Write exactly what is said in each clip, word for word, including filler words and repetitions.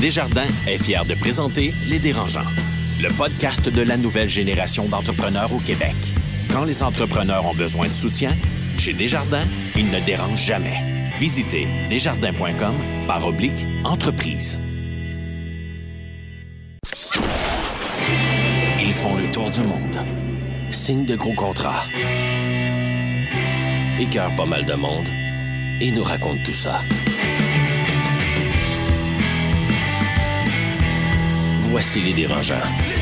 Desjardins est fier de présenter Les Dérangeants, le podcast de la nouvelle génération d'entrepreneurs au Québec. Quand les entrepreneurs ont besoin de soutien, chez Desjardins, ils ne dérangent jamais. Visitez desjardins.com par oblique entreprise. Ils font le tour du monde. Signent de gros contrats. Écœurent pas mal de monde. Et nous racontent tout ça. Voici Les Dérangeants.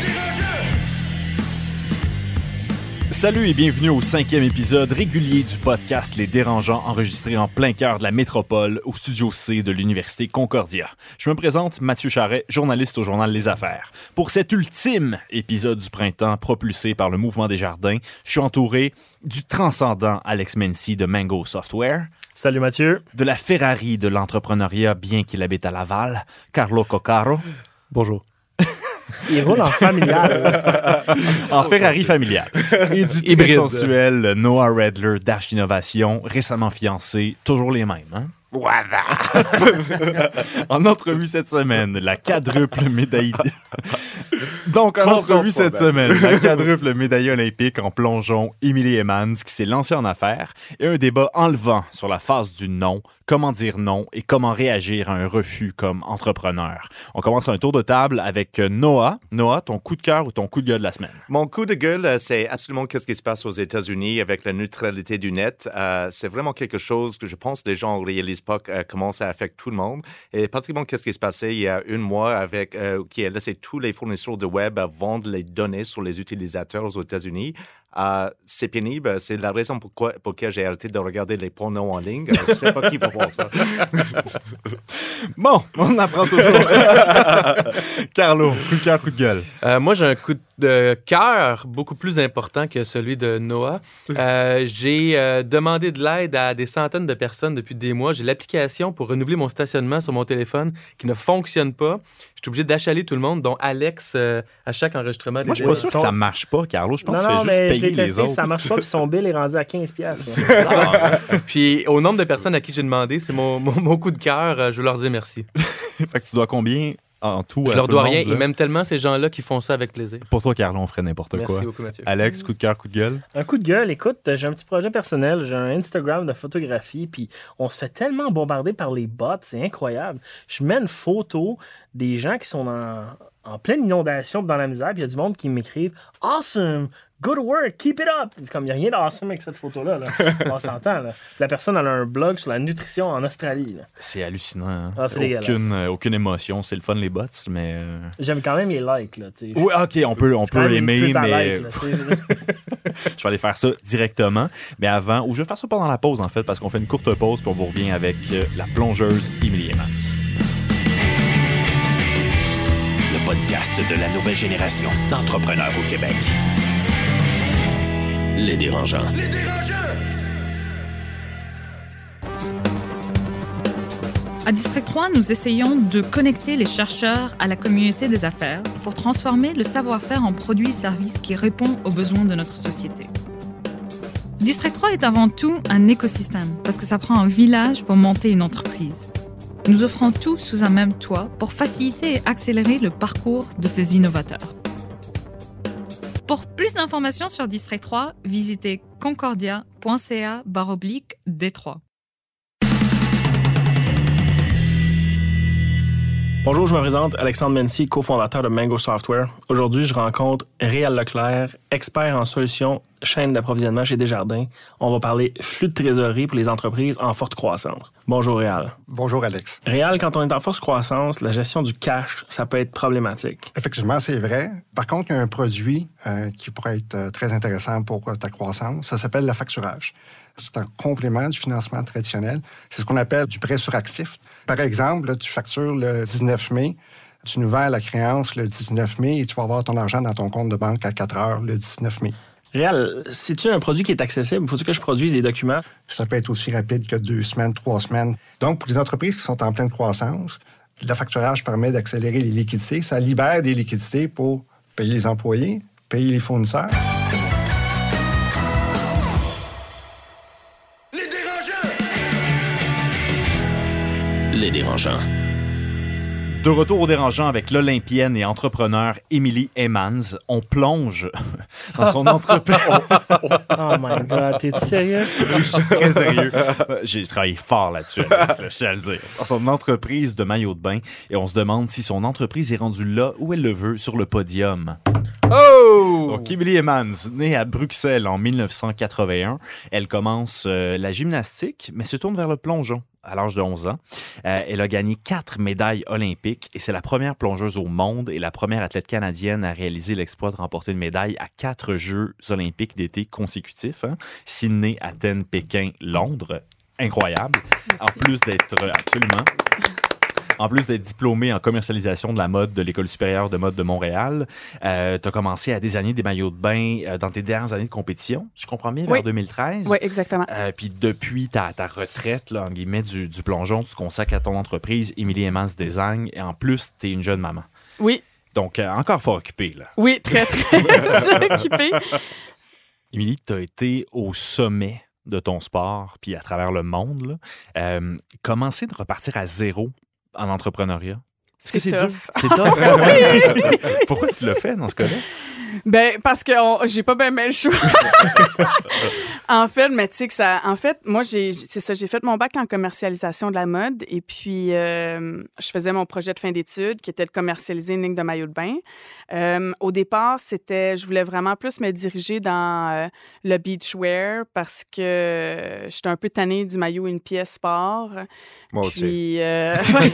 Salut et bienvenue au cinquième épisode régulier du podcast Les Dérangeants, enregistré en plein cœur de la métropole au studio C de l'Université Concordia. Je me présente, Mathieu Charret, journaliste au journal Les Affaires. Pour cet ultime épisode du printemps propulsé par le Mouvement Desjardins, je suis entouré du transcendant Alex Mency de Mango Software. Salut Mathieu. De la Ferrari de l'entrepreneuriat, bien qu'il habite à Laval, Carlo Coccaro. Bonjour. Il roule en familial. En Ferrari familial. Et du très sensuel Noah Redler, Dash d'Innovation, récemment fiancé, toujours les mêmes, hein? Voilà! En entrevue cette semaine, la quadruple médaille... Donc, en entrevue cette semaine, la quadruple médaille olympique en plongeon, Emily Emmans, qui s'est lancée en affaires, et un débat enlevant sur la phase du non, comment dire non et comment réagir à un refus comme entrepreneur. On commence un tour de table avec Noah. Noah, ton coup de cœur ou ton coup de gueule de la semaine? Mon coup de gueule, c'est absolument qu'est-ce qui se passe aux États-Unis avec la neutralité du net. Euh, c'est vraiment quelque chose que je pense que les gens ne réalisent pas euh, comment ça affecte tout le monde. Et pratiquement qu'est-ce qui se passait il y a un mois avec euh, qui a laissé tous les fournisseurs de web à vendre les données sur les utilisateurs aux États-Unis. Euh, c'est pénible. C'est la raison pourquoi, pour laquelle j'ai arrêté de regarder les pornos en ligne. Euh, je ne sais pas qui va voir ça. Bon, on apprend toujours. Carlo, coup de cœur, coup de gueule. Euh, moi, j'ai un coup de cœur beaucoup plus important que celui de Noah. Euh, j'ai euh, demandé de l'aide à des centaines de personnes depuis des mois. J'ai l'application pour renouveler mon stationnement sur mon téléphone qui ne fonctionne pas. Je suis obligé d'achaler tout le monde, dont Alex, euh, à chaque enregistrement. Moi, je suis pas sûr que ça marche pas, Carlo. Je pense non, que tu non, fais juste mais payer je l'ai les testé, autres. Ça marche pas, puis son bill est rendu à quinze piastres. C'est ça. Puis, au nombre de personnes à qui j'ai demandé, c'est mon, mon, mon coup de cœur. Euh, je veux leur dire merci. Fait que tu dois combien en tout? Je à leur tout dois le rien. monde, Ils m'aiment tellement, ces gens-là, qui font ça avec plaisir. Pour toi, Carlo, on ferait n'importe Merci quoi. Merci beaucoup, Mathieu. Alex, coup de cœur, coup de gueule? Un coup de gueule, écoute, j'ai un petit projet personnel, j'ai un Instagram de photographie, puis on se fait tellement bombarder par les bots, c'est incroyable. Je mets une photo des gens qui sont en, en pleine inondation dans la misère, puis il y a du monde qui m'écrivent « Awesome! Good work! Keep it up! » C'est comme, il n'y a rien d'awesome avec cette photo-là. Là. On s'entend. Là. La personne, elle a un blog sur la nutrition en Australie. Là. C'est hallucinant. Hein? Ah, c'est aucune, euh, aucune émotion. C'est le fun, les bots, mais... Euh... J'aime quand même les likes. Là, oui, OK, on peut, on peut aimer, mais... Like, là, je vais aller faire ça directement. Mais avant, ou je vais faire ça pendant la pause, en fait, parce qu'on fait une courte pause, puis on vous revient avec euh, la plongeuse Emily Emmans. Le podcast de la nouvelle génération d'entrepreneurs au Québec. Les Dérangeants. Les Dérangeants! À District trois, nous essayons de connecter les chercheurs à la communauté des affaires pour transformer le savoir-faire en produits et services qui répondent aux besoins de notre société. District trois est avant tout un écosystème parce que ça prend un village pour monter une entreprise. Nous offrons tout sous un même toit pour faciliter et accélérer le parcours de ces innovateurs. Pour plus d'informations sur District trois, visitez concordia.ca barre oblique D3. Bonjour, je me présente Alexandre Mency, cofondateur de Mango Software. Aujourd'hui, je rencontre Réal Leclerc, expert en solutions chaîne d'approvisionnement chez Desjardins. On va parler flux de trésorerie pour les entreprises en forte croissance. Bonjour Réal. Bonjour Alex. Réal, quand on est en forte croissance, la gestion du cash, ça peut être problématique. Effectivement, c'est vrai. Par contre, il y a un produit euh, qui pourrait être euh, très intéressant pour euh, ta croissance. Ça s'appelle le facturage. C'est un complément du financement traditionnel. C'est ce qu'on appelle du prêt sur actif. Par exemple, là, tu factures le dix-neuf mai, tu nous vends la créance le dix-neuf mai et tu vas avoir ton argent dans ton compte de banque à quatre heures le dix-neuf mai. Réal, c'est-tu un produit qui est accessible? Faut-tu que je produise des documents? Ça peut être aussi rapide que deux semaines, trois semaines. Donc, pour les entreprises qui sont en pleine croissance, le facturage permet d'accélérer les liquidités. Ça libère des liquidités pour payer les employés, payer les fournisseurs. Les Dérangeants. De retour au dérangeant avec l'Olympienne et entrepreneur Émilie Emmans, on plonge dans son entreprise. Oh my God, t'es sérieux? Je suis très sérieux. J'ai travaillé fort là-dessus, Alex, là, je tiens à le dire. Dans son entreprise de maillot de bain, et on se demande si son entreprise est rendue là où elle le veut, sur le podium. Oh! Donc, Émilie Emmans, née à Bruxelles en dix-neuf cent quatre-vingt-un, elle commence euh, la gymnastique, mais se tourne vers le plongeon. À l'âge de onze ans. Euh, elle a gagné quatre médailles olympiques et c'est la première plongeuse au monde et la première athlète canadienne à réaliser l'exploit de remporter une médaille à quatre Jeux olympiques d'été consécutifs. Hein? Sydney, Athènes, Pékin, Londres. Incroyable. Merci. En plus d'être... Absolument. En plus d'être diplômée en commercialisation de la mode de l'École supérieure de mode de Montréal, euh, tu as commencé à désigner des maillots de bain euh, dans tes dernières années de compétition, je comprends bien, vers oui. deux mille treize. Oui, exactement. Euh, puis depuis ta, ta retraite, là, en guillemets, du, du plongeon, tu te consacres à ton entreprise, Émilie Emmans Design, et en plus, tu es une jeune maman. Oui. Donc, euh, encore fort occupée, là. Oui, très, très occupée. Émilie, tu as été au sommet de ton sport, puis à travers le monde, là. Euh, commencer de repartir à zéro en entrepreneuriat. Est-ce c'est que c'est tough. dur? C'est tough. Oui. Pourquoi tu l'as fait dans ce cas-là? Ben, parce que on, j'ai pas bien le choix. En fait, mais tu sais que ça... En fait, moi, j'ai, c'est ça, j'ai fait mon bac en commercialisation de la mode et puis euh, je faisais mon projet de fin d'études qui était de commercialiser une ligne de maillots de bain. Euh, au départ, c'était... Je voulais vraiment plus me diriger dans euh, le beachwear parce que j'étais un peu tannée du maillot une pièce sport. Moi puis, aussi. Euh...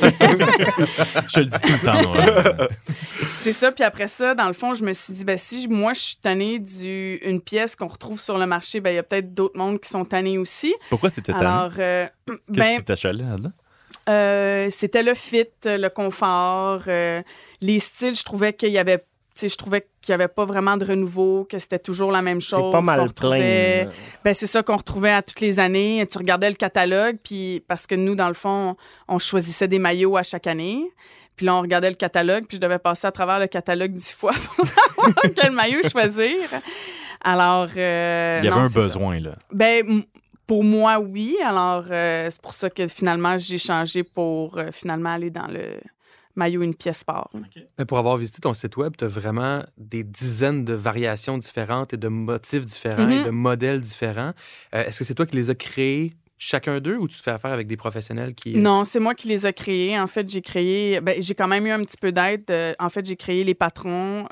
Je le dis tout le temps. Ouais. C'est ça. Puis après ça, dans le fond, je me suis dit, ben si moi, je suis tannée d'une pièce qu'on retrouve sur le marché, ben il y a peut-être d'autres mondes qui sont tannés aussi. Pourquoi tu étais tannée? Alors, euh, Qu'est-ce ben, qui t'achalait là-dedans? Euh, c'était le fit, le confort, euh, les styles, je trouvais qu'il y avait... T'sais, je trouvais qu'il n'y avait pas vraiment de renouveau, que c'était toujours la même chose. C'est pas mal retrouvait... plein. Ben, c'est ça qu'on retrouvait à toutes les années. Tu regardais le catalogue, puis parce que nous, dans le fond, on choisissait des maillots à chaque année. Puis là, on regardait le catalogue, puis je devais passer à travers le catalogue dix fois pour savoir quel maillot choisir. Alors, euh, il y avait non, un besoin, ça. là. Ben, pour moi, oui. Alors, euh, c'est pour ça que finalement, j'ai changé pour euh, finalement aller dans le maillot une pièce sport. Okay. Mais pour avoir visité ton site web, tu as vraiment des dizaines de variations différentes et de motifs différents mm-hmm. et de modèles différents. Euh, est-ce que c'est toi qui les as créés chacun d'eux ou tu te fais affaire avec des professionnels qui... Non, c'est moi qui les ai créés. En fait, j'ai créé... Ben, j'ai quand même eu un petit peu d'aide. Euh, en fait, j'ai créé les patrons.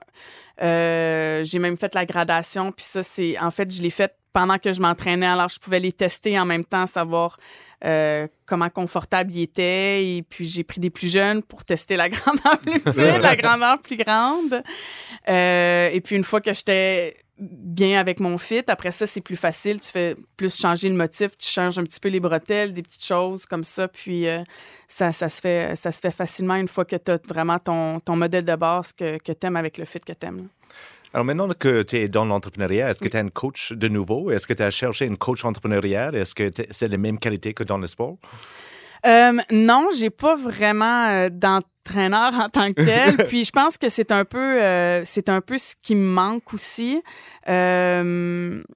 Euh, j'ai même fait la gradation. Puis ça, c'est... En fait, je l'ai fait pendant que je m'entraînais. Alors, je pouvais les tester en même temps, savoir euh, comment confortable ils étaient. Et puis, j'ai pris des plus jeunes pour tester la grandeur plus petite, la grandeur plus grande. Euh, et puis, une fois que j'étais bien avec mon fit, après ça, c'est plus facile. Tu fais plus changer le motif, tu changes un petit peu les bretelles, des petites choses comme ça. Puis, euh, ça, ça, se fait, ça se fait facilement une fois que tu as vraiment ton, ton modèle de base que, que tu aimes avec le fit que tu aimes. Alors maintenant que tu es dans l'entrepreneuriat, est-ce que tu es un coach de nouveau? Est-ce que tu as cherché une coach entrepreneuriale? Est-ce que c'est les mêmes qualités que dans le sport? Euh, non, j'ai pas vraiment euh, d'entraîneur en tant que tel. Puis je pense que c'est un peu, euh, c'est un peu ce qui me manque aussi. Euh,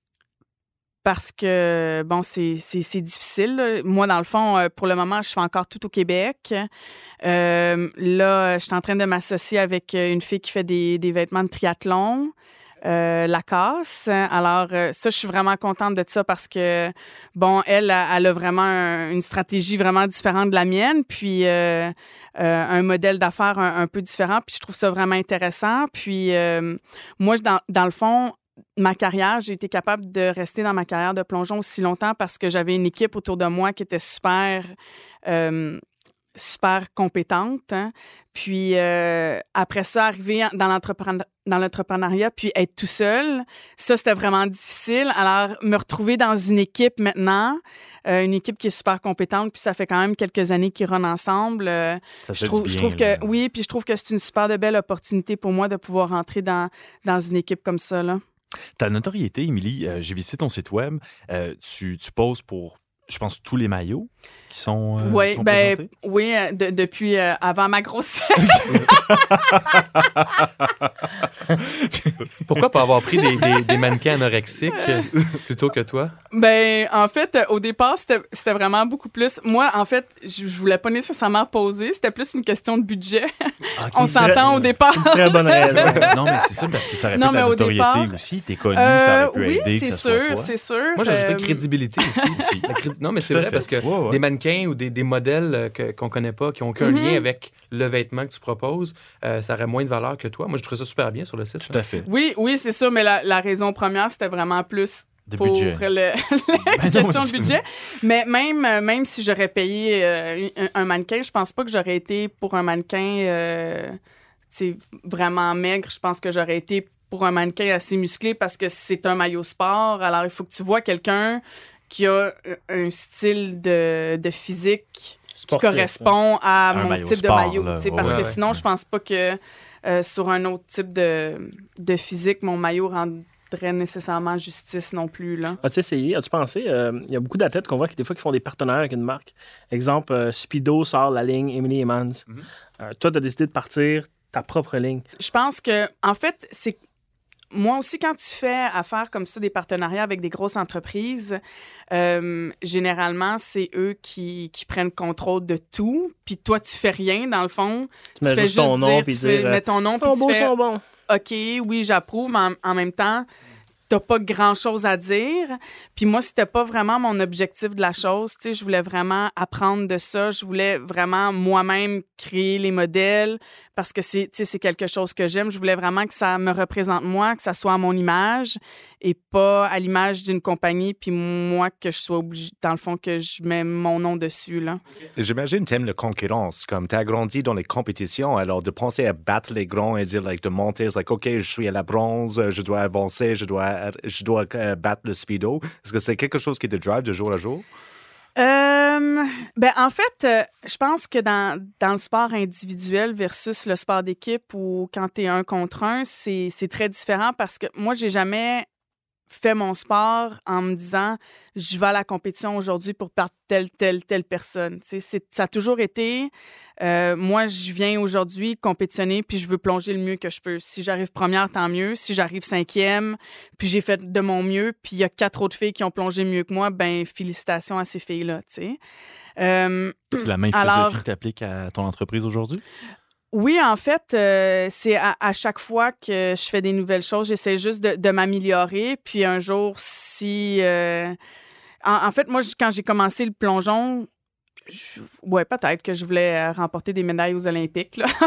parce que, bon, c'est, c'est, c'est difficile. Là. Moi, dans le fond, pour le moment, je fais encore tout au Québec. Euh, là, je suis en train de m'associer avec une fille qui fait des, des vêtements de triathlon. Euh, la casse. Alors, euh, ça, je suis vraiment contente de ça parce que, bon, elle, elle a vraiment un, une stratégie vraiment différente de la mienne, puis euh, euh, un modèle d'affaires un, un peu différent, puis je trouve ça vraiment intéressant. Puis, euh, moi, dans, dans le fond, ma carrière, j'ai été capable de rester dans ma carrière de plongeon aussi longtemps parce que j'avais une équipe autour de moi qui était super... Euh, super compétente. Hein? Puis euh, après ça, arriver dans, l'entrepreneur, dans l'entrepreneuriat, puis être tout seul, ça, c'était vraiment difficile. Alors, me retrouver dans une équipe maintenant, euh, une équipe qui est super compétente, puis ça fait quand même quelques années qu'ils runnent ensemble. Euh, ça fait je trouve, du bien, je trouve là. que oui, puis je trouve que c'est une super de belle opportunité pour moi de pouvoir rentrer dans, dans une équipe comme ça. Là. Ta notoriété, Émilie, euh, j'ai visité ton site web. Euh, tu, tu poses pour, je pense, tous les maillots qui sont, euh, oui, qui sont ben, présentés? Oui, de, depuis euh, avant ma grossesse. Pourquoi pas avoir pris des, des, des mannequins anorexiques plutôt que toi? Ben, en fait, au départ, c'était, c'était vraiment beaucoup plus... Moi, en fait, je, je voulais pas nécessairement poser. C'était plus une question de budget. Okay. On s'entend très, au départ. Une très bonne raison. Non, mais c'est ça, parce que ça aurait pu être la notoriété départ, aussi. T'es connu, euh, ça aurait pu oui, aider que ça sûr, soit toi. c'est sûr. Moi, j'ajoutais euh... crédibilité aussi. aussi. Cré... Non, mais c'est vrai, fait. parce que ouais, ouais. des mannequins ou des, des modèles que, qu'on connaît pas, qui n'ont aucun mm-hmm. lien avec le vêtement que tu proposes, euh, ça aurait moins de valeur que toi. Moi, je trouvais ça super bien sur le site. Tout ça. à fait. Oui, oui, c'est sûr, mais la, la raison première, c'était vraiment plus de pour budget. Le, la ben question non, de budget. Mais même, même si j'aurais payé euh, un, un mannequin, je pense pas que j'aurais été pour un mannequin euh, vraiment maigre. Je pense que j'aurais été pour un mannequin assez musclé parce que c'est un maillot sport. Alors, il faut que tu vois quelqu'un qui a un style de, de physique Sportif, qui correspond ouais. à un mon type sport, de maillot. Parce ouais, que ouais, sinon, ouais. je pense pas que euh, sur un autre type de, de physique, mon maillot rendrait nécessairement justice non plus. Là. As-tu essayé? As-tu pensé? Il euh, y a beaucoup d'athlètes qu'on voit qui, des fois, qui font des partenaires avec une marque. Exemple, euh, Speedo sort la ligne Emily Emmons. Mm-hmm. Euh, toi, tu as décidé de partir ta propre ligne. Je pense que, en fait, c'est moi aussi, quand tu fais affaire comme ça, des partenariats avec des grosses entreprises, euh, généralement, c'est eux qui, qui prennent contrôle de tout. Puis toi, tu fais rien, dans le fond. Tu, tu mets fais juste ton nom, puis tu fais, dire, mets ton nom, puis tu fais, sont bons. OK, oui, j'approuve, mais en, en même temps, t'as pas grand-chose à dire. Puis moi, c'était pas vraiment mon objectif de la chose. Tu sais, je voulais vraiment apprendre de ça. Je voulais vraiment moi-même créer les modèles parce que c'est, tu sais, c'est quelque chose que j'aime. Je voulais vraiment que ça me représente moi, que ça soit à mon image et pas à l'image d'une compagnie. Puis moi, que je sois obligée, dans le fond, que je mets mon nom dessus, là. J'imagine que t'aimes la concurrence. Comme t'as grandi dans les compétitions, alors de penser à battre les grands et dire, like, de monter, c'est like, OK, je suis à la bronze, je dois avancer, je dois, je dois euh, battre le speedo. Est-ce que c'est quelque chose qui te drive de jour à jour? Euh, ben en fait, euh, je pense que dans, dans le sport individuel versus le sport d'équipe ou quand tu es un contre un, c'est, c'est très différent parce que moi, j'ai jamais fait mon sport en me disant je vais à la compétition aujourd'hui pour battre telle, telle, telle personne. Tu sais, c'est, ça a toujours été euh, moi, je viens aujourd'hui compétitionner puis je veux plonger le mieux que je peux. Si j'arrive première, tant mieux. Si j'arrive cinquième, puis j'ai fait de mon mieux, puis il y a quatre autres filles qui ont plongé mieux que moi, ben félicitations à ces filles-là, tu sais. Euh, c'est la même alors, philosophie que tu appliques à ton entreprise aujourd'hui? Oui, en fait, euh, c'est à, à chaque fois que je fais des nouvelles choses, j'essaie juste de, de m'améliorer. Puis un jour, si... Euh, en, en fait, moi, quand j'ai commencé le plongeon, je, ouais, peut-être que je voulais remporter des médailles aux Olympiques, là.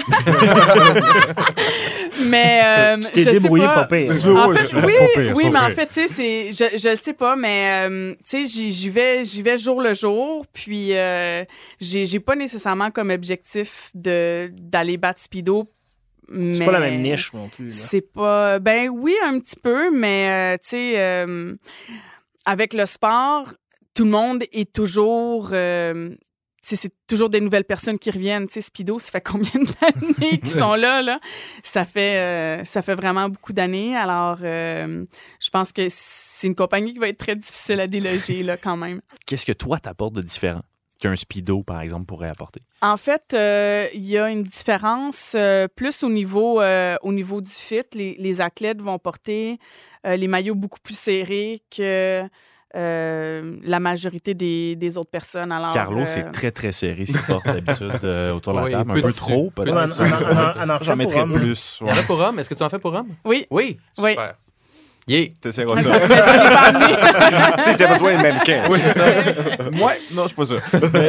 mais euh, tu t'es je débrouillé sais pas. pas pire. En fait, oui, pire, oui, mais en fait, tu sais, c'est, je, je le sais pas, mais euh, tu sais, j'y, j'y vais, j'y vais jour le jour, puis euh, j'ai, j'ai pas nécessairement comme objectif de d'aller battre Speedo. Mais c'est pas la même niche non plus. Là. C'est pas, ben oui, un petit peu, mais euh, tu sais, euh, avec le sport, tout le monde est toujours. Euh, c'est toujours des nouvelles personnes qui reviennent. Tu sais, Speedo, ça fait combien d'années qu'ils sont là, là? Ça fait, euh, ça fait vraiment beaucoup d'années. Alors, euh, je pense que c'est une compagnie qui va être très difficile à déloger, là, quand même. Qu'est-ce que toi, t'apportes de différent qu'un Speedo, par exemple, pourrait apporter? En fait, il euh, y a une différence euh, plus au niveau, euh, au niveau du fit. Les, les athlètes vont porter euh, les maillots beaucoup plus serrés que... Euh, la majorité des, des autres personnes. Alors, Carlo, euh... c'est très, très serré ce qu'il porte d'habitude euh, autour de la oui, table. Un peu peu trop, peut-être. J'en mettrais plus. Il y en a pour homme. Est-ce que tu en fais pour homme? Oui. Oui? Oui. Super. Yeah. T'essaieras ça. Si t'as besoin d'un mannequin. Oui, c'est ça. Moi, non, je suis pas sûr.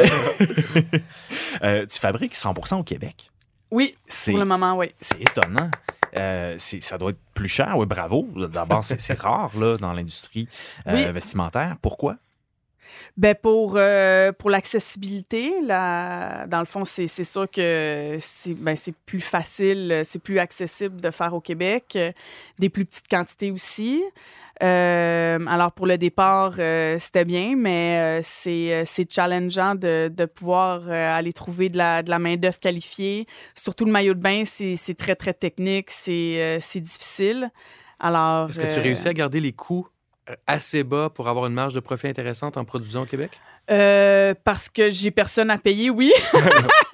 euh, tu fabriques cent pour cent au Québec. Oui, c'est, pour le moment, oui. C'est étonnant. Euh, c'est, ça doit être plus cher. Oui, bravo. D'abord, c'est, c'est rare là, dans l'industrie euh, oui. vestimentaire. Pourquoi? Ben pour, euh, pour l'accessibilité, là, dans le fond, c'est, c'est sûr que c'est, ben c'est plus facile, c'est plus accessible de faire au Québec, des plus petites quantités aussi. Euh, alors, pour le départ, euh, c'était bien, mais euh, c'est, c'est challengeant de, de pouvoir euh, aller trouver de la, de la main-d'œuvre qualifiée. Surtout le maillot de bain, c'est, c'est très, très technique, c'est, euh, c'est difficile. Alors, est-ce que tu euh, réussis à garder les coûts assez bas pour avoir une marge de profit intéressante en produisant au Québec? Euh, parce que j'ai personne à payer, oui.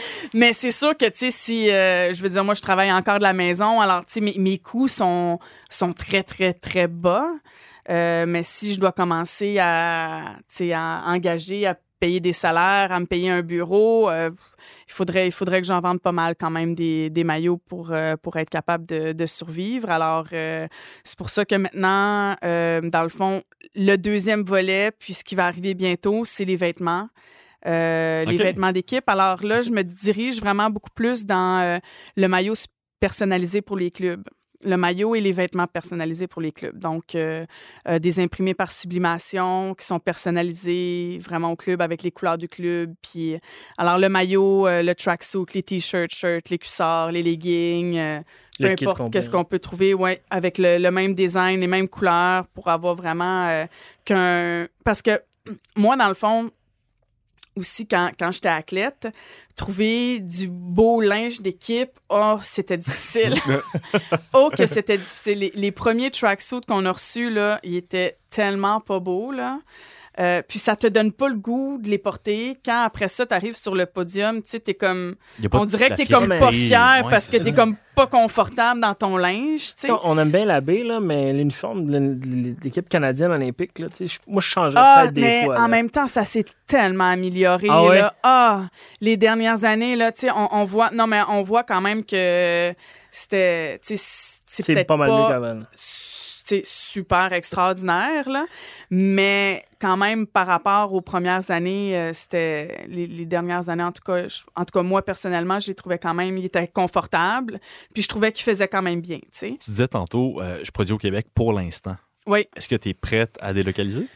Mais c'est sûr que, tu sais, si, euh, je veux dire, moi, je travaille encore de la maison, alors, tu sais, mes, mes coûts sont, sont très, très, très bas. Euh, mais si je dois commencer à, tu sais, à engager, à payer des salaires, à me payer un bureau, euh, il faudrait, il faudrait que j'en vende pas mal quand même des, des maillots pour, euh, pour être capable de, de survivre. Alors, euh, c'est pour ça que maintenant, euh, dans le fond, le deuxième volet, puis ce qui va arriver bientôt, c'est les vêtements. Euh, okay. Les vêtements d'équipe. Alors là, je me dirige vraiment beaucoup plus dans euh, le maillot personnalisé pour les clubs. Le maillot et les vêtements personnalisés pour les clubs. Donc, euh, euh, des imprimés par sublimation qui sont personnalisés vraiment au club avec les couleurs du club. Puis, alors, le maillot, euh, le tracksuit, les t-shirts, shirts, les cuissards, les leggings, euh, peu importe qu'est-ce qu'on peut trouver, ouais, avec le, le même design, les mêmes couleurs pour avoir vraiment euh, qu'un... Parce que moi, dans le fond, aussi, quand, quand j'étais athlète, trouver du beau linge d'équipe, oh, c'était difficile. oh, que c'était difficile. Les, les premiers tracksuits qu'on a reçus, là, ils étaient tellement pas beaux, là. Euh, puis ça te donne pas le goût de les porter. Quand après ça, t'arrives sur le podium, tu sais, t'es comme... On dirait que t'es comme pas fier ouais, parce que t'es ça. Comme pas confortable dans ton linge, tu sais. On aime bien la baie, là, mais l'uniforme de l'équipe canadienne olympique, là, tu sais, moi, je changerais ah, peut-être des mais fois. en là. même temps, ça s'est tellement amélioré, ah, ouais? là. Ah, les dernières années, là, tu sais, on, on voit... Non, mais on voit quand même que c'était... Tu sais, c'est, c'est peut-être pas mal pas... mieux qu'avant. C'est super extraordinaire, là. Mais quand même, par rapport aux premières années, euh, c'était les, les dernières années, en tout cas, je, en tout cas, moi, personnellement, je les trouvais quand même, il était confortable, puis je trouvais qu'il faisait quand même bien, tu sais. Tu disais tantôt, euh, je produis au Québec pour l'instant. Oui. Est-ce que tu es prête à délocaliser?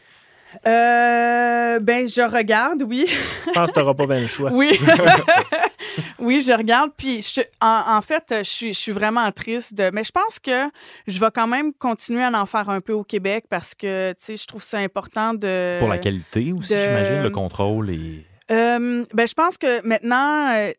Euh, ben, je regarde, oui. Je pense que tu n'auras pas bien le choix. Oui. Oui, je regarde. Puis, je, en, en fait, je suis, je suis vraiment triste. De, mais je pense que je vais quand même continuer à en faire un peu au Québec parce que, tu sais, je trouve ça important de... Pour la qualité aussi, de, j'imagine, le contrôle et... Euh, ben, je pense que maintenant, euh,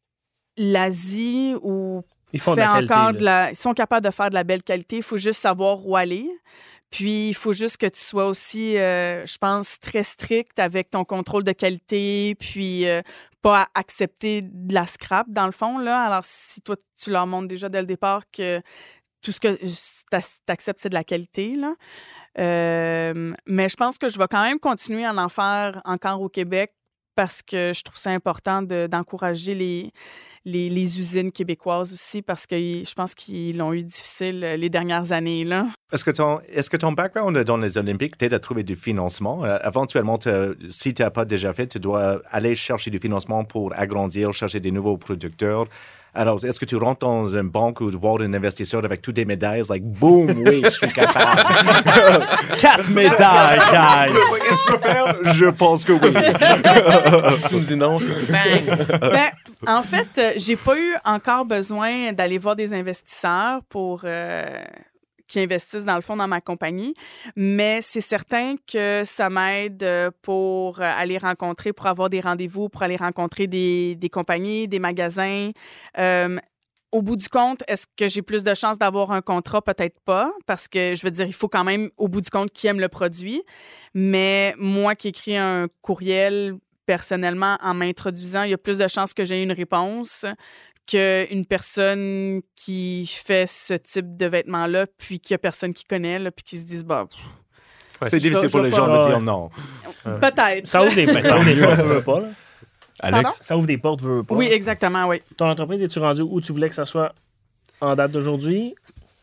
l'Asie ou... Ils font de la qualité, encore de la, ils sont capables de faire de la belle qualité. Il faut juste savoir où aller. Puis, il faut juste que tu sois aussi, euh, je pense, très strict avec ton contrôle de qualité, puis euh, pas accepter de la scrap, dans le fond, là. Alors, si toi, tu leur montres déjà dès le départ que tout ce que tu acceptes, c'est de la qualité, là. Euh, mais je pense que je vais quand même continuer à en faire encore au Québec parce que je trouve ça important de, d'encourager les... Les, les usines québécoises aussi, parce que je pense qu'ils l'ont eu difficile les dernières années, là. Est-ce que ton, est-ce que ton background dans les Olympiques t'aide à trouver du financement? Euh, éventuellement, si tu n'as pas déjà fait, tu dois aller chercher du financement pour agrandir, chercher des nouveaux producteurs. Alors, est-ce que tu rentres dans une banque ou voir un investisseur avec toutes des médailles, like, boum, oui, je suis capable. Quatre médailles, guys! Qu'est-ce que je peux faire? Je pense que oui. Si tu me dis non, je bang! Ben, en fait, j'ai pas eu encore besoin d'aller voir des investisseurs pour... Euh... qui investissent dans le fond dans ma compagnie, mais c'est certain que ça m'aide pour aller rencontrer, pour avoir des rendez-vous, pour aller rencontrer des, des compagnies, des magasins. Euh, au bout du compte, est-ce que j'ai plus de chances d'avoir un contrat? Peut-être pas, parce que je veux dire, il faut quand même, au bout du compte, qu'ils aiment le produit. Mais moi qui écris un courriel personnellement en m'introduisant, il y a plus de chances que j'ai une réponse qu'une personne qui fait ce type de vêtements-là, puis qu'il n'y a personne qui connaît, là, puis qui se disent, bah... Ouais, c'est difficile pour les gens de dire non. Peut-être. Ça ouvre des, ça ouvre des portes, veux, veux pas, là. Alex? Pardon? Ça ouvre des portes, veux, veux pas. Oui, exactement, oui. Ton entreprise, es-tu rendu où tu voulais que ça soit en date d'aujourd'hui?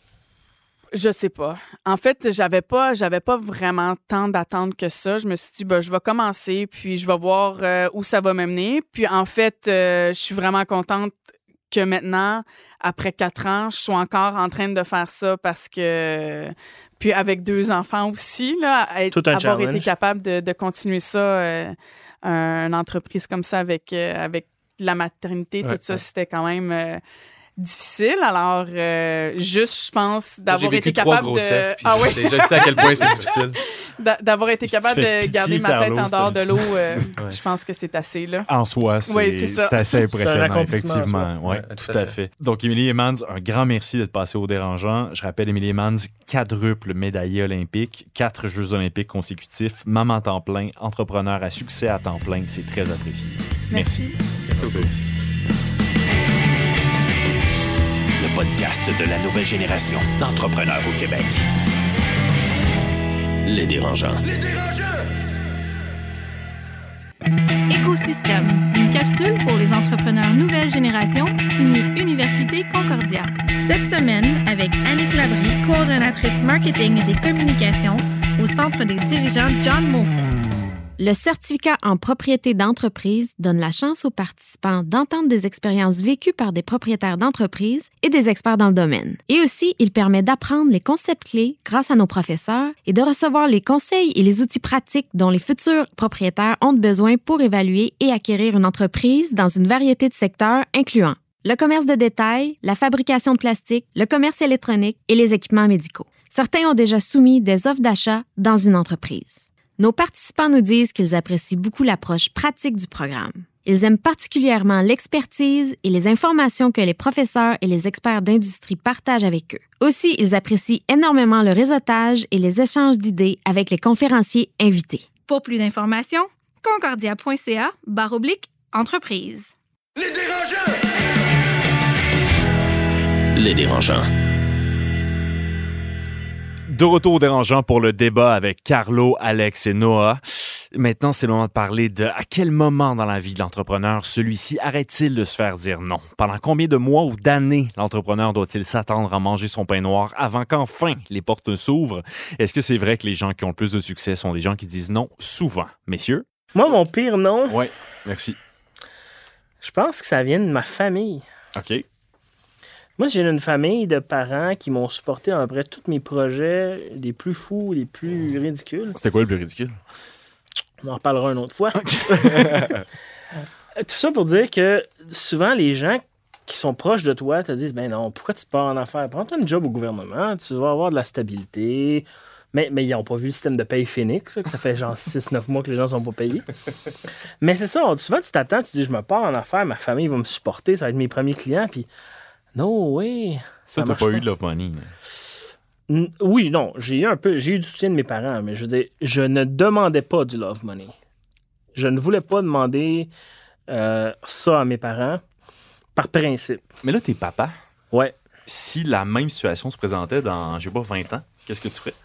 Je sais pas. En fait, j'avais pas, j'avais pas vraiment tant d'attente que ça. Je me suis dit, ben, je vais commencer, puis je vais voir euh, où ça va m'amener. Puis en fait, euh, je suis vraiment contente que maintenant, après quatre ans, je sois encore en train de faire ça parce que... Puis avec deux enfants aussi, là, être, Tout un avoir challenge. été capable de, de continuer ça, euh, une entreprise comme ça avec, euh, avec la maternité, Ouais, tout ça, ouais. c'était quand même... Euh, difficile. Alors, euh, juste, je pense, d'avoir J'ai été vécu trois capable grossesses, de... puis Ah oui? je sais à quel point c'est difficile. D'a- d'avoir été Tu capable fais de pitié, garder ma tête Carlo, en dehors de c'est- l'eau, euh, Ouais. je pense que c'est assez, là. En soi, c'est, Oui, c'est ça. c'est assez impressionnant, accomplissement en effectivement. Oui, Ouais, tout à fait. Donc, Émilie Emmans, un grand merci d'être passée au Dérangeant. Je rappelle, Émilie Emmans, quadruple médaillée olympique, quatre Jeux olympiques consécutifs, maman temps plein, entrepreneur à succès à temps plein. C'est très apprécié. Merci. Merci beaucoup. podcast de la nouvelle génération d'entrepreneurs au Québec. Les Dérangeants. Les Dérangeants! Écosystème, une capsule pour les entrepreneurs nouvelle génération, signée Université Concordia. Cette semaine, avec Annick Labrie, coordonnatrice marketing et des communications au Centre des dirigeants John Molson. Le certificat en propriété d'entreprise donne la chance aux participants d'entendre des expériences vécues par des propriétaires d'entreprises et des experts dans le domaine. Et aussi, il permet d'apprendre les concepts clés grâce à nos professeurs et de recevoir les conseils et les outils pratiques dont les futurs propriétaires ont besoin pour évaluer et acquérir une entreprise dans une variété de secteurs incluant le commerce de détail, la fabrication de plastique, le commerce électronique et les équipements médicaux. Certains ont déjà soumis des offres d'achat dans une entreprise. Nos participants nous disent qu'ils apprécient beaucoup l'approche pratique du programme. Ils aiment particulièrement l'expertise et les informations que les professeurs et les experts d'industrie partagent avec eux. Aussi, ils apprécient énormément le réseautage et les échanges d'idées avec les conférenciers invités. Pour plus d'informations, concordia.ca barre oblique entreprise. Les Dérangeants! Les Dérangeants. De retour au Dérangeant pour le débat avec Carlo, Alex et Noah. Maintenant, c'est le moment de parler de à quel moment dans la vie de l'entrepreneur celui-ci arrête-t-il de se faire dire non? Pendant combien de mois ou d'années l'entrepreneur doit-il s'attendre à manger son pain noir avant qu'enfin les portes s'ouvrent? Est-ce que c'est vrai que les gens qui ont le plus de succès sont des gens qui disent non souvent? Messieurs? Moi, mon pire non... Oui, merci. Je pense que ça vient de ma famille. OK. Moi, j'ai une famille de parents qui m'ont supporté dans à peu près tous mes projets, les plus fous, les plus ridicules. C'était quoi le plus ridicule? On en reparlera une autre fois. Okay. Tout ça pour dire que souvent, les gens qui sont proches de toi te disent « Ben non, pourquoi tu te pars en affaires? Prends-toi un job au gouvernement, tu vas avoir de la stabilité. » Mais, mais ils n'ont pas vu le système de paye Phoenix, ça, que ça fait genre six neuf mois que les gens ne sont pas payés. Mais c'est ça, souvent tu t'attends, tu dis « Je me pars en affaires, ma famille va me supporter, ça va être mes premiers clients. » Puis no way. Ça, ça t'as pas, pas eu de love money. N- oui, non. J'ai eu un peu. J'ai eu du soutien de mes parents, mais je veux dire, je ne demandais pas du love money. Je ne voulais pas demander euh, ça à mes parents par principe. Mais là, t'es papa. Ouais. Si la même situation se présentait dans, je sais pas, vingt ans, qu'est-ce que tu ferais?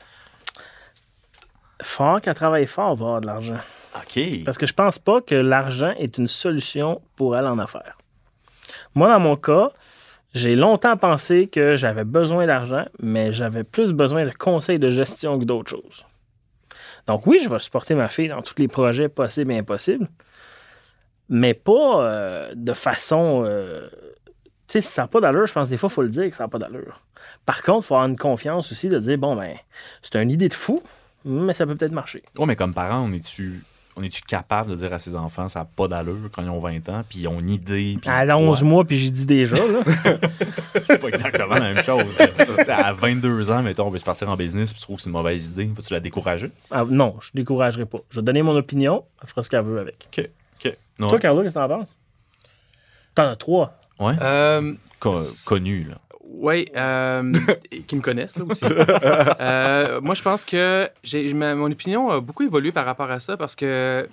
Fort qu'à travailler fort, on va avoir de l'argent. OK. Parce que je pense pas que l'argent est une solution pour aller en affaires. Moi, dans mon cas, j'ai longtemps pensé que j'avais besoin d'argent, mais j'avais plus besoin de conseils de gestion que d'autres choses. Donc oui, je vais supporter ma fille dans tous les projets possibles et impossibles, mais pas euh, de façon... Euh, tu sais, si ça n'a pas d'allure, je pense des fois, il faut le dire que ça n'a pas d'allure. Par contre, il faut avoir une confiance aussi de dire, bon, ben, c'est une idée de fou, mais ça peut peut-être marcher. Oui, mais comme parent, on est-tu... On est-tu capable de dire à ses enfants ça n'a pas d'allure quand ils ont vingt ans, puis ils ont une idée? Puis à onze mois, puis j'ai dit déjà, là. C'est pas exactement la même chose. À vingt-deux ans, mettons, on veut se partir en business, puis tu trouves que c'est une mauvaise idée. Faut-tu la décourager? Ah, non, je ne découragerai pas. Je vais donner mon opinion, elle fera ce qu'elle veut avec. OK. OK. Non. Toi, Carlo, qu'est-ce que t'en penses? T'en as trois. Ouais. Euh, Co- connu, là. Oui, euh, qui me connaissent, là, aussi. euh, moi, je pense que j'ai, ma, mon opinion a beaucoup évolué par rapport à ça parce que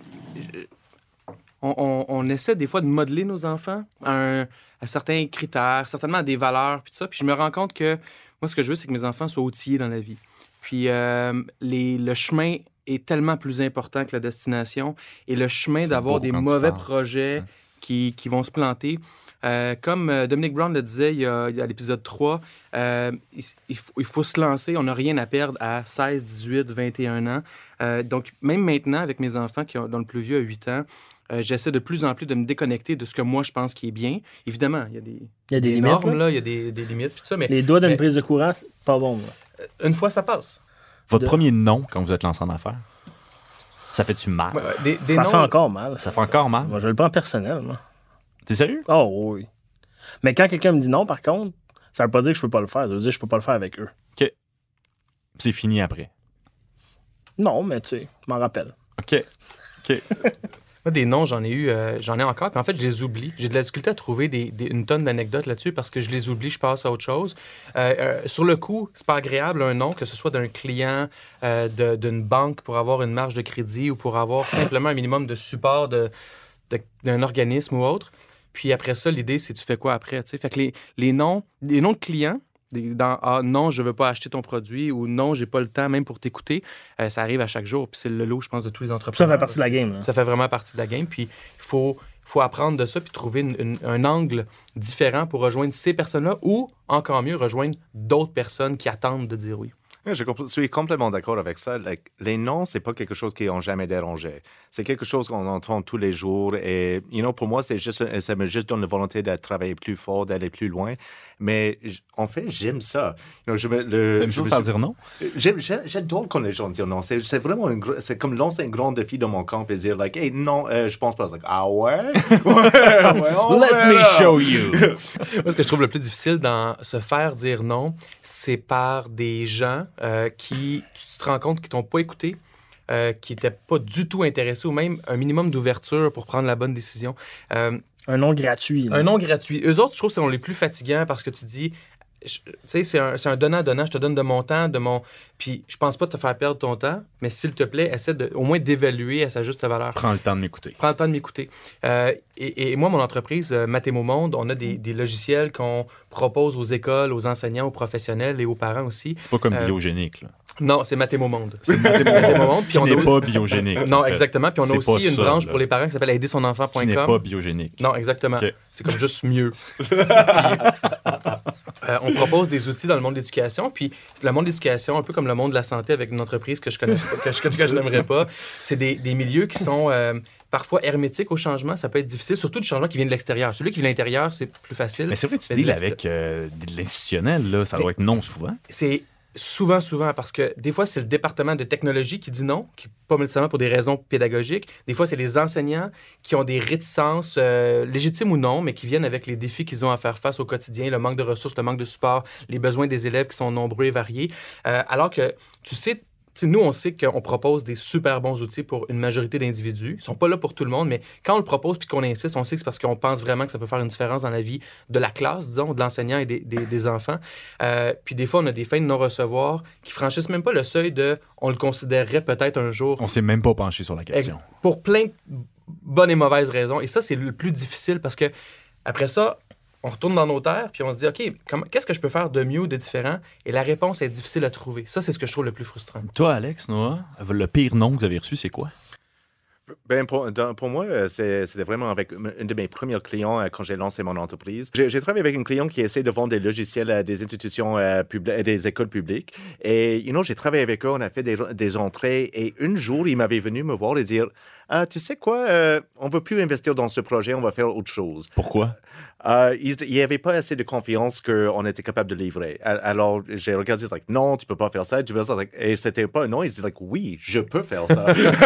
on, on, on essaie des fois de modeler nos enfants à, un, à certains critères, certainement à des valeurs, puis tout ça. Puis je me rends compte que moi, ce que je veux, c'est que mes enfants soient outillés dans la vie. Puis euh, les, le chemin est tellement plus important que la destination. Et le chemin c'est d'avoir des mauvais projets hein. qui, qui vont se planter... Euh, comme euh, Dominic Brown le disait il y a, il y a l'épisode trois, euh, il, il, faut, il faut se lancer. On n'a rien à perdre à seize, dix-huit, vingt et un ans. Euh, donc, même maintenant, avec mes enfants, qui ont, dont le plus vieux a huit ans, euh, j'essaie de plus en plus de me déconnecter de ce que moi, je pense qui est bien. Évidemment, il y a des, il y a des, des limites, normes, là. là, il y a des, des limites. Tout ça, mais, les doigts d'une mais, prise de courant, c'est pas bon. Là. Une fois, ça passe. Votre de... premier non quand vous êtes lancé en affaires, ça fait-tu mal? Ouais, des, des ça noms... fait encore mal. Ça fait encore mal? Moi, je le prends personnel, moi. T'es sérieux? Oh oui. Mais quand quelqu'un me dit non, par contre, ça veut pas dire que je peux pas le faire. Ça veut dire que je peux pas le faire avec eux. OK. C'est fini après. Non, mais tu sais, je m'en rappelle. OK. OK. Moi, des noms, j'en ai eu, euh, j'en ai encore. Puis en fait, je les oublie. J'ai de la difficulté à trouver des, des, une tonne d'anecdotes là-dessus parce que je les oublie, je passe à autre chose. Euh, euh, sur le coup, c'est pas agréable un nom, que ce soit d'un client, euh, de, d'une banque pour avoir une marge de crédit ou pour avoir simplement un minimum de support de, de, d'un organisme ou autre. Puis après ça, l'idée, c'est tu fais quoi après, tu sais. Fait que les, les noms, les noms de clients, dans « Ah, non, je veux pas acheter ton produit » ou « Non, j'ai pas le temps même pour t'écouter euh, », ça arrive à chaque jour. Puis c'est le lot, je pense, de tous les entrepreneurs. Ça fait partie de la game. Hein? Ça fait vraiment partie de la game. Puis il faut, faut apprendre de ça puis trouver une, une, un angle différent pour rejoindre ces personnes-là ou, encore mieux, rejoindre d'autres personnes qui attendent de dire oui. Je suis complètement d'accord avec ça. Like, les noms, c'est pas quelque chose qui n'ont jamais dérangé. C'est quelque chose qu'on entend tous les jours. Et, you know, pour moi, c'est juste, ça me juste donne la volonté de travailler plus fort, d'aller plus loin. Mais en fait, j'aime ça. You know, je me, le, T'aimes ça faire dire non? J'aime, j'adore quand les gens disent non. C'est, c'est vraiment une, c'est comme lancer un grand défi dans mon camp et dire, like, hey, non, euh, je pense pas. Like, ah ouais? ouais, ouais Let me show you. Moi, ce que je trouve le plus difficile dans se faire dire non, c'est par des gens euh, qui, tu te rends compte qu'ils t'ont pas écouté, euh, qui n'étaient pas du tout intéressés ou même un minimum d'ouverture pour prendre la bonne décision. Euh, un nom gratuit. Là. Un nom gratuit. Eux autres, je trouve que c'est les plus fatigants parce que tu dis, tu sais, c'est un, c'est un donnant-donnant. Je te donne de mon temps, de mon... Puis je pense pas te faire perdre ton temps, mais s'il te plaît, essaie de, au moins d'évaluer à sa juste valeur. Prends le temps de m'écouter. Prends le temps de m'écouter. Euh, et, et moi, mon entreprise, euh, Mathémo Monde, on a des, des logiciels qu'on propose aux écoles, aux enseignants, aux professionnels et aux parents aussi. C'est pas comme euh, Biogénique, là. Non, c'est Mathémo Monde. C'est Mathémo Monde. Puis on n'est a... pas biogénique. Non, exactement. Puis on a c'est aussi une ça, branche là. pour les parents qui s'appelle aider son enfant point com. Qui n'est pas biogénique. Non, exactement. Okay. C'est comme juste mieux. Puis, euh, on propose des outils dans le monde de l'éducation. Puis le monde de l'éducation, un peu comme le monde de la santé avec une entreprise que je connais, que je, que je n'aimerais pas, c'est des, des milieux qui sont euh, parfois hermétiques au changement. Ça peut être difficile, surtout du changement qui vient de l'extérieur. Celui qui vient de l'intérieur, c'est plus facile. Mais c'est vrai que tu deals avec euh, de l'institutionnel, là. Ça doit être non souvent. C'est souvent, souvent, parce que des fois, c'est le département de technologie qui dit non, qui pas nécessairement pour des raisons pédagogiques. Des fois, c'est les enseignants qui ont des réticences, euh, légitimes ou non, mais qui viennent avec les défis qu'ils ont à faire face au quotidien, le manque de ressources, le manque de support, les besoins des élèves qui sont nombreux et variés. Euh, alors que, tu sais, T'sais, nous, on sait qu'on propose des super bons outils pour une majorité d'individus. Ils ne sont pas là pour tout le monde, mais quand on le propose puis qu'on insiste, on sait que c'est parce qu'on pense vraiment que ça peut faire une différence dans la vie de la classe, disons, de l'enseignant et des, des, des enfants. Euh, puis des fois, on a des fins de non-recevoir qui franchissent même pas le seuil de « on le considérerait peut-être un jour ». On ne s'est même pas penché sur la question. Pour plein de bonnes et mauvaises raisons. Et ça, c'est le plus difficile parce que après ça, on retourne dans nos terres, puis on se dit, OK, comment, qu'est-ce que je peux faire de mieux ou de différent? Et la réponse est difficile à trouver. Ça, c'est ce que je trouve le plus frustrant. Toi, Alex, Noah, le pire nom que vous avez reçu, c'est quoi? Ben pour, dans, pour moi, c'est, c'était vraiment avec un de mes premiers clients euh, quand j'ai lancé mon entreprise. J'ai, j'ai travaillé avec un client qui essaie de vendre des logiciels à des institutions, euh, publi- des écoles publiques. Et, you know, j'ai travaillé avec eux, on a fait des, des entrées. Et un jour, il m'avait venu me voir et dire, ah, tu sais quoi, euh, on ne veut plus investir dans ce projet, on va faire autre chose. Pourquoi? Euh, il n'y avait pas assez de confiance qu'on était capable de livrer. Alors, j'ai regardé, like, non, tu ne peux pas faire ça. Tu peux faire ça. Et c'était pas un non. Il disait, like, oui, je peux faire ça.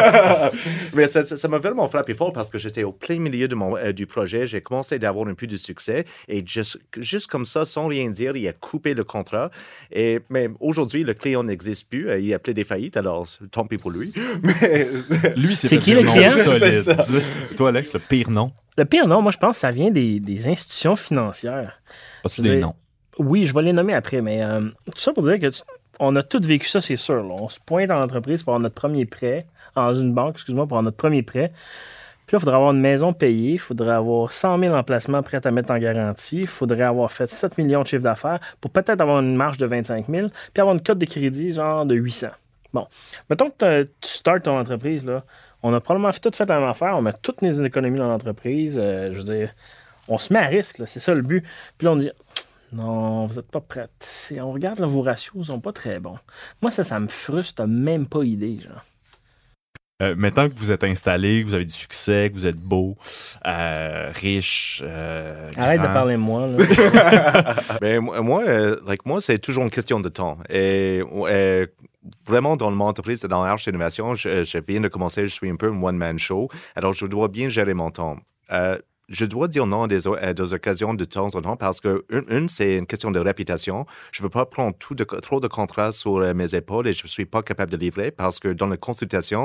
Mais ça, ça, ça m'a vraiment frappé fort parce que j'étais au plein milieu de mon, euh, du projet. J'ai commencé à avoir un peu de succès. Et juste, juste comme ça, sans rien dire, il a coupé le contrat. Et, mais aujourd'hui, le client n'existe plus. Il a appelé des faillites, alors tant pis pour lui. Mais... Lui, c'est, c'est qui le client? C'est ça. Toi, Alex, le pire nom? Le pire nom, moi, je pense que ça vient des, des institutions financières. As-tu des noms? Oui, je vais les nommer après, mais euh, tout ça pour dire que tu, on a tous vécu ça, c'est sûr. Là. On se pointe en entreprise pour avoir notre premier prêt, dans une banque, excuse-moi, pour avoir notre premier prêt. Puis là, il faudrait avoir une maison payée, il faudrait avoir cent mille emplacements prêts à mettre en garantie, il faudrait avoir fait sept millions de chiffre d'affaires pour peut-être avoir une marge de vingt-cinq mille, puis avoir une cote de crédit genre de huit cents. Bon, mettons que tu startes ton entreprise, là. On a probablement tout fait la même affaire. On met toutes nos économies dans l'entreprise. Euh, je veux dire, on se met à risque. Là, c'est ça le but. Puis là, on dit, non, vous n'êtes pas prête. C'est, on regarde là, vos ratios, ils sont pas très bons. Moi, ça, ça me frustre. T'as même pas idée, genre. Euh, maintenant que vous êtes installé, que vous avez du succès, que vous êtes beau, euh, riche, euh, arrête grand. de parler de moi. Là. Mais moi, euh, like, moi, c'est toujours une question de temps. Et euh, vraiment, dans mon entreprise, dans Arche Innovation, je, je viens de commencer, je suis un peu un one-man show. Alors, je dois bien gérer mon temps. Euh, Je dois dire non à des, à des occasions de temps en temps parce que, une, une c'est une question de réputation. Je ne veux pas prendre tout de, trop de contrats sur mes épaules et je ne suis pas capable de livrer parce que dans la consultation,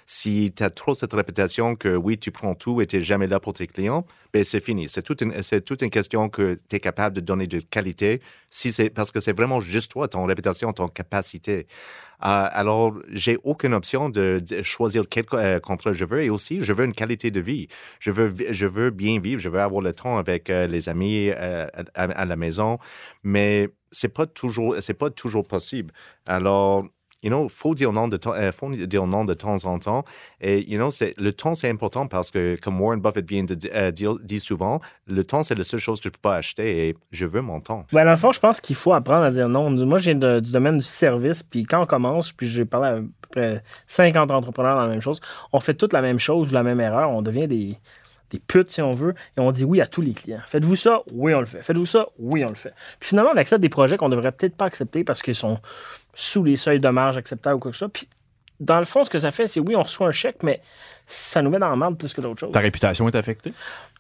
Si tu as trop cette réputation que oui, tu prends tout et tu n'es jamais là pour tes clients, ben c'est fini. C'est toute une, c'est toute une question que tu es capable de donner de qualité si c'est, parce que c'est vraiment juste toi, ton réputation, ton capacité. Euh, alors, j'ai aucune option de, de choisir quel euh, contrat je veux et aussi, je veux une qualité de vie. Je veux, je veux bien vivre, je veux avoir le temps avec euh, les amis euh, à, à la maison, mais c'est pas toujours, c'est pas toujours possible. Alors, you know, faut dire non de temps, euh, faut dire non de temps en temps. Et, you know, c'est, le temps, c'est important parce que, comme Warren Buffett vient de euh, dire, dit souvent, le temps, c'est la seule chose que je ne peux pas acheter et je veux mon temps. Ben, dans le fond, je pense qu'il faut apprendre à dire non. Moi, j'ai de, du domaine du service, puis quand on commence, puis j'ai parlé à peu près cinquante entrepreneurs dans la même chose, on fait toute la même chose, la même erreur, on devient des... des putes, si on veut, et on dit oui à tous les clients. Faites-vous ça? Oui, on le fait. Faites-vous ça? Oui, on le fait. Puis finalement, on accepte des projets qu'on ne devrait peut-être pas accepter parce qu'ils sont sous les seuils de marge acceptables ou quoi que ce soit. Puis dans le fond, ce que ça fait, c'est oui, on reçoit un chèque, mais ça nous met dans la merde plus que d'autres choses. Ta réputation est affectée?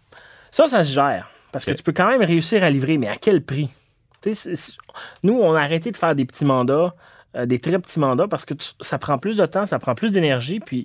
Ça, ça se gère. Parce que okay. tu peux quand même réussir à livrer, mais à quel prix? C'est, c'est... Nous, on a arrêté de faire des petits mandats, euh, des très petits mandats, parce que tu... ça prend plus de temps, ça prend plus d'énergie, puis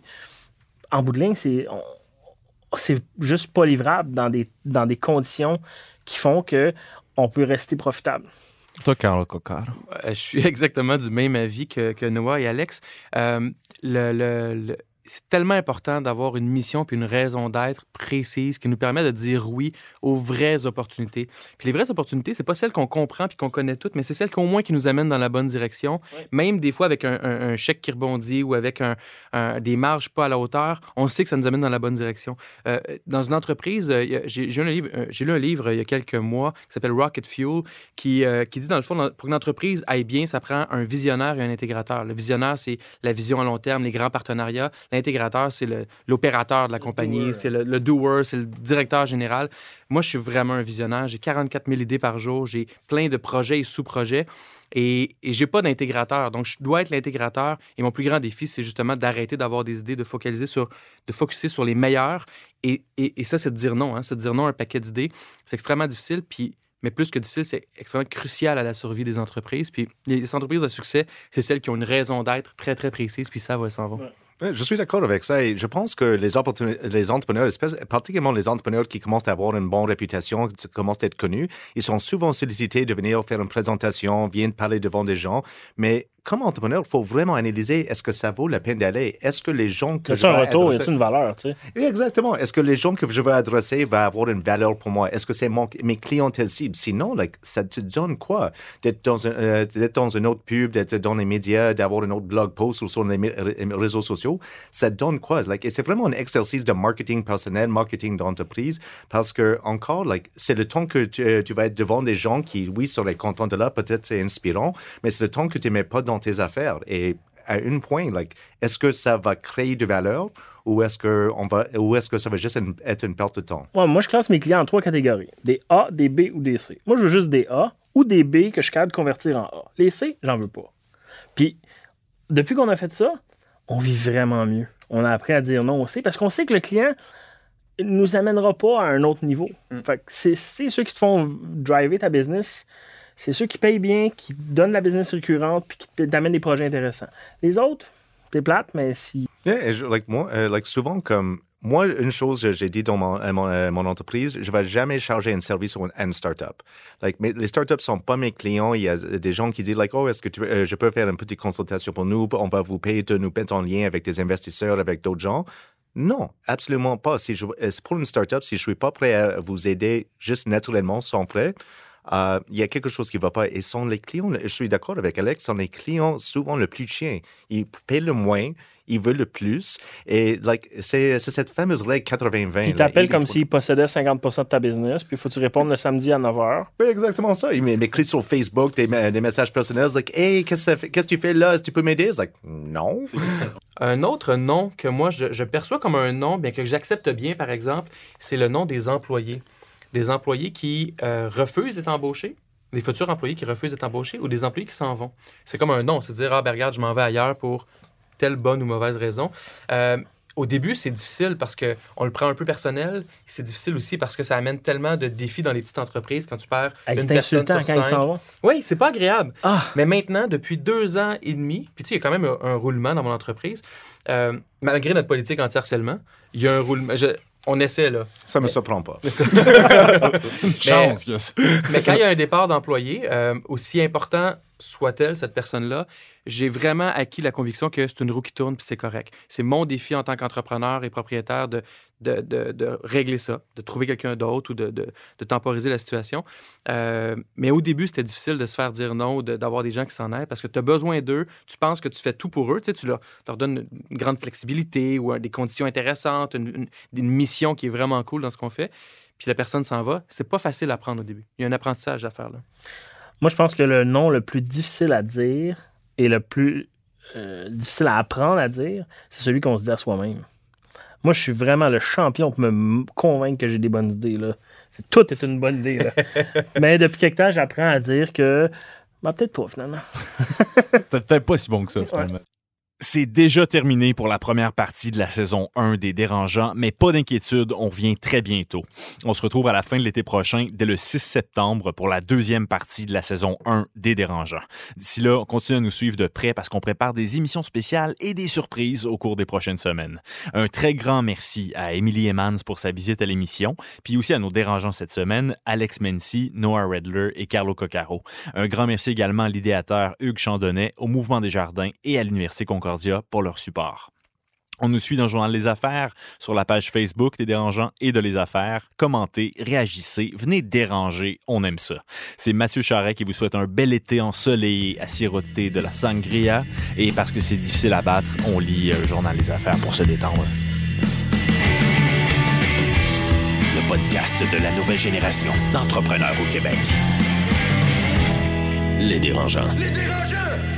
en bout de ligne, c'est... On... c'est juste pas livrable dans des, dans des conditions qui font qu'on peut rester profitable. Toi, Carl Coccaro. Je suis exactement du même avis que, que Noah et Alex. Euh, le, le, le, c'est tellement important d'avoir une mission puis une raison d'être précise qui nous permet de dire oui aux vraies opportunités. Puis les vraies opportunités, c'est pas celles qu'on comprend puis qu'on connaît toutes, mais c'est celles qu'au moins qui nous amènent dans la bonne direction. Oui. Même des fois avec un, un, un chèque qui rebondit ou avec un, un, des marges pas à la hauteur, on sait que ça nous amène dans la bonne direction. Euh, dans une entreprise, euh, j'ai, j'ai, un livre, euh, j'ai lu un livre euh, il y a quelques mois qui s'appelle Rocket Fuel qui, euh, qui dit dans le fond, pour qu'une entreprise aille bien, ça prend un visionnaire et un intégrateur. Le visionnaire, c'est la vision à long terme, les grands partenariats. L'intégrateur, c'est le, l'opérateur de la compagnie, c'est le, le doer, c'est le directeur général. Moi, je suis vraiment un visionnaire. J'ai quarante-quatre mille idées par jour. J'ai plein de projets et sous-projets. Et, et j'ai pas d'intégrateur. Donc, je dois être l'intégrateur. Et mon plus grand défi, c'est justement d'arrêter d'avoir des idées, de focaliser sur, de focuser sur les meilleurs. Et, et, et ça, c'est de dire non. Hein. C'est de dire non à un paquet d'idées. C'est extrêmement difficile. Puis, mais plus que difficile, c'est extrêmement crucial à la survie des entreprises. Puis, les entreprises à succès, c'est celles qui ont une raison d'être très, très précise. Puis, ça va, s'en va. Ouais. Je suis d'accord avec ça et je pense que les, les entrepreneurs, particulièrement les entrepreneurs qui commencent à avoir une bonne réputation, qui commencent à être connus, ils sont souvent sollicités de venir faire une présentation, viennent parler devant des gens, mais comme entrepreneur, il faut vraiment analyser est-ce que ça vaut la peine d'aller? Est-ce que les gens que y a-t-il un retour, y a-t-il une valeur, tu sais? Exactement. Est-ce que les gens que je veux adresser vont avoir une valeur pour moi? Est-ce que c'est mon, mes clientèles cibles? Sinon, like, ça te donne quoi? D'être dans, un, euh, d'être dans une autre pub, d'être dans les médias, d'avoir un autre blog post ou sur les réseaux sociaux, ça donne quoi? Like, et c'est vraiment un exercice de marketing personnel, marketing d'entreprise, parce que, encore, like, c'est le temps que tu, euh, tu vas être devant des gens qui, oui, seraient contents de là, peut-être c'est inspirant, mais c'est le temps que tu ne mets pas dans tes affaires. Et à un point, like, est-ce que ça va créer de valeur ou est-ce que, on va, ou est-ce que ça va juste une, être une perte de temps? Ouais, moi, je classe mes clients en trois catégories. Des A, des B ou des C. Moi, je veux juste des A ou des B que je suis capable de convertir en A. Les C, j'en veux pas. Puis, depuis qu'on a fait ça, on vit vraiment mieux. On a appris à dire non au C parce qu'on sait que le client ne nous amènera pas à un autre niveau. Mm. Fait que c'est, c'est ceux qui te font driver ta business. C'est ceux qui payent bien, qui donnent la business récurrente puis qui t'amènent des projets intéressants. Les autres, t'es plate, mais si... Yeah, je, like, moi, uh, like, souvent, comme... Moi, une chose, j'ai dit dans mon, mon, euh, mon entreprise, je ne vais jamais charger un service sur une, une start-up. Like, mais les start-ups ne sont pas mes clients. Il y a des gens qui disent, like, oh, est-ce que tu, euh, je peux faire une petite consultation pour nous? On va vous payer de nous mettre en lien avec des investisseurs, avec d'autres gens. Non, absolument pas. Si je, pour une start-up, si je ne suis pas prêt à vous aider juste naturellement, sans frais, Uh, il y a quelque chose qui ne va pas. Et sont les clients, je suis d'accord avec Alex, sont les clients souvent le plus chiens. Ils paient le moins, ils veulent le plus. Et like, c'est, c'est cette fameuse règle quatre-vingts vingt. Ils t'appellent comme s'ils possédaient cinquante pour cent de ta business, puis il faut que tu répondes le samedi à neuf heures. Oui, exactement ça. Ils m'écrivent sur Facebook des, des messages personnels, like, hey, qu'est-ce que, qu'est-ce que tu fais là? Est-ce que tu peux m'aider? C'est like, non. Un autre nom que moi, je, je perçois comme un nom, bien que j'accepte bien, par exemple, c'est le nom des employés. Des employés qui euh, refusent d'être embauchés, des futurs employés qui refusent d'être embauchés ou des employés qui s'en vont. C'est comme un nom, c'est dire, ah ben regarde, je m'en vais ailleurs pour telle bonne ou mauvaise raison. Euh, au début, c'est difficile parce qu'on le prend un peu personnel. C'est difficile aussi parce que ça amène tellement de défis dans les petites entreprises quand tu perds Hey, une c'est personne insultant sur quand ils cinq. s'en vont. Oui, c'est pas agréable. Ah. Mais maintenant, depuis deux ans et demi, puis tu sais, il y a quand même un, un roulement dans mon entreprise. Euh, malgré notre politique anti-harcèlement, il y a un roulement. Je, on essaie, là. Ça me surprend pas. Une chance qu'il y a ça. Mais quand il y a un départ d'employé, euh, aussi important soit-elle, cette personne-là, j'ai vraiment acquis la conviction que c'est une roue qui tourne puis c'est correct. C'est mon défi en tant qu'entrepreneur et propriétaire de, de, de, de régler ça, de trouver quelqu'un d'autre ou de, de, de temporiser la situation. Euh, mais au début, c'était difficile de se faire dire non, de, d'avoir des gens qui s'en aillent parce que tu as besoin d'eux, tu penses que tu fais tout pour eux, tu sais, tu leur, leur donnes une grande flexibilité ou des conditions intéressantes, une, une, une mission qui est vraiment cool dans ce qu'on fait, puis la personne s'en va. C'est pas facile à prendre au début. Il y a un apprentissage à faire là. Moi, je pense que le nom le plus difficile à dire et le plus euh, difficile à apprendre à dire, c'est celui qu'on se dit à soi-même. Moi, je suis vraiment le champion pour me convaincre que j'ai des bonnes idées. Là. C'est, tout est une bonne idée. Là. Mais depuis quelque temps, j'apprends à dire que... Ben, peut-être pas, finalement. C'était peut-être pas si bon que ça, finalement. Ouais. C'est déjà terminé pour la première partie de la saison un des Dérangeants, mais pas d'inquiétude, on revient très bientôt. On se retrouve à la fin de l'été prochain, dès le six septembre, pour la deuxième partie de la saison un des Dérangeants. D'ici là, on continue à nous suivre de près parce qu'on prépare des émissions spéciales et des surprises au cours des prochaines semaines. Un très grand merci à Émilie Emmans pour sa visite à l'émission, puis aussi à nos Dérangeants cette semaine, Alex Mency, Noah Redler et Carlo Coccaro. Un grand merci également à l'idéateur Hugues Chandonnet, au Mouvement des Jardins et à l'Université Concordia pour leur support. On nous suit dans le Journal Les Affaires, sur la page Facebook des Dérangeants et de Les Affaires. Commentez, réagissez, venez déranger, on aime ça. C'est Mathieu Charret qui vous souhaite un bel été ensoleillé à siroter de la sangria. Et parce que c'est difficile à battre, on lit le Journal Les Affaires pour se détendre. Le podcast de la nouvelle génération d'entrepreneurs au Québec. Les Dérangeants. Les Dérangeants!